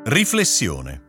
Riflessione.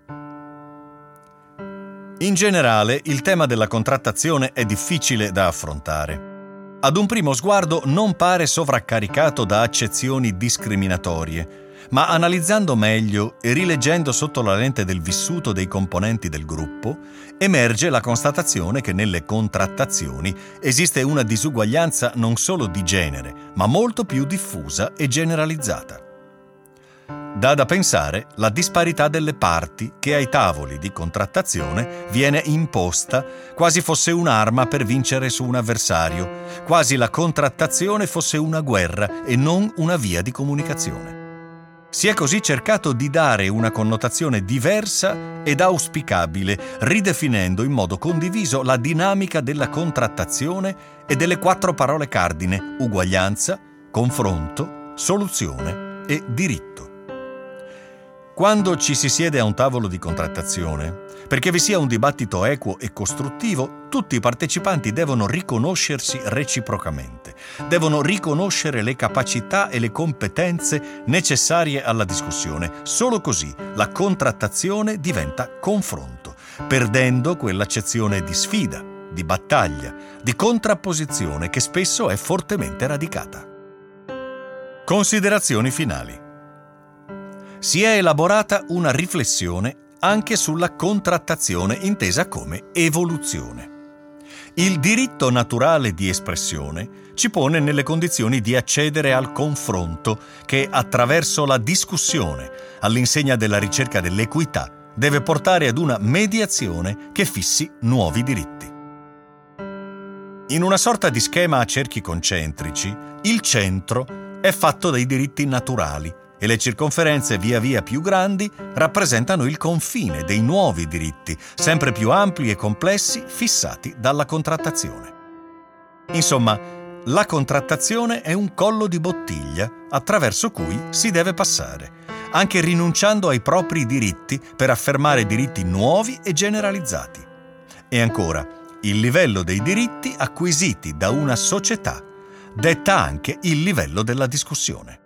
In generale, il tema della contrattazione è difficile da affrontare. Ad un primo sguardo non pare sovraccaricato da accezioni discriminatorie, ma analizzando meglio e rileggendo sotto la lente del vissuto dei componenti del gruppo, emerge la constatazione che nelle contrattazioni esiste una disuguaglianza non solo di genere, ma molto più diffusa e generalizzata. Dà da pensare la disparità delle parti che ai tavoli di contrattazione viene imposta quasi fosse un'arma per vincere su un avversario, quasi la contrattazione fosse una guerra e non una via di comunicazione. Si è così cercato di dare una connotazione diversa ed auspicabile, ridefinendo in modo condiviso la dinamica della contrattazione e delle 4 parole cardine: uguaglianza, confronto, soluzione e diritto. Quando ci si siede a un tavolo di contrattazione, perché vi sia un dibattito equo e costruttivo, tutti i partecipanti devono riconoscersi reciprocamente, devono riconoscere le capacità e le competenze necessarie alla discussione. Solo così la contrattazione diventa confronto, perdendo quell'accezione di sfida, di battaglia, di contrapposizione che spesso è fortemente radicata. Considerazioni finali. Si è elaborata una riflessione anche sulla contrattazione intesa come evoluzione. Il diritto naturale di espressione ci pone nelle condizioni di accedere al confronto che, attraverso la discussione, all'insegna della ricerca dell'equità, deve portare ad una mediazione che fissi nuovi diritti. In una sorta di schema a cerchi concentrici, il centro è fatto dai diritti naturali, e le circonferenze via via più grandi rappresentano il confine dei nuovi diritti, sempre più ampli e complessi, fissati dalla contrattazione. Insomma, la contrattazione è un collo di bottiglia attraverso cui si deve passare, anche rinunciando ai propri diritti per affermare diritti nuovi e generalizzati. E ancora, il livello dei diritti acquisiti da una società detta anche il livello della discussione.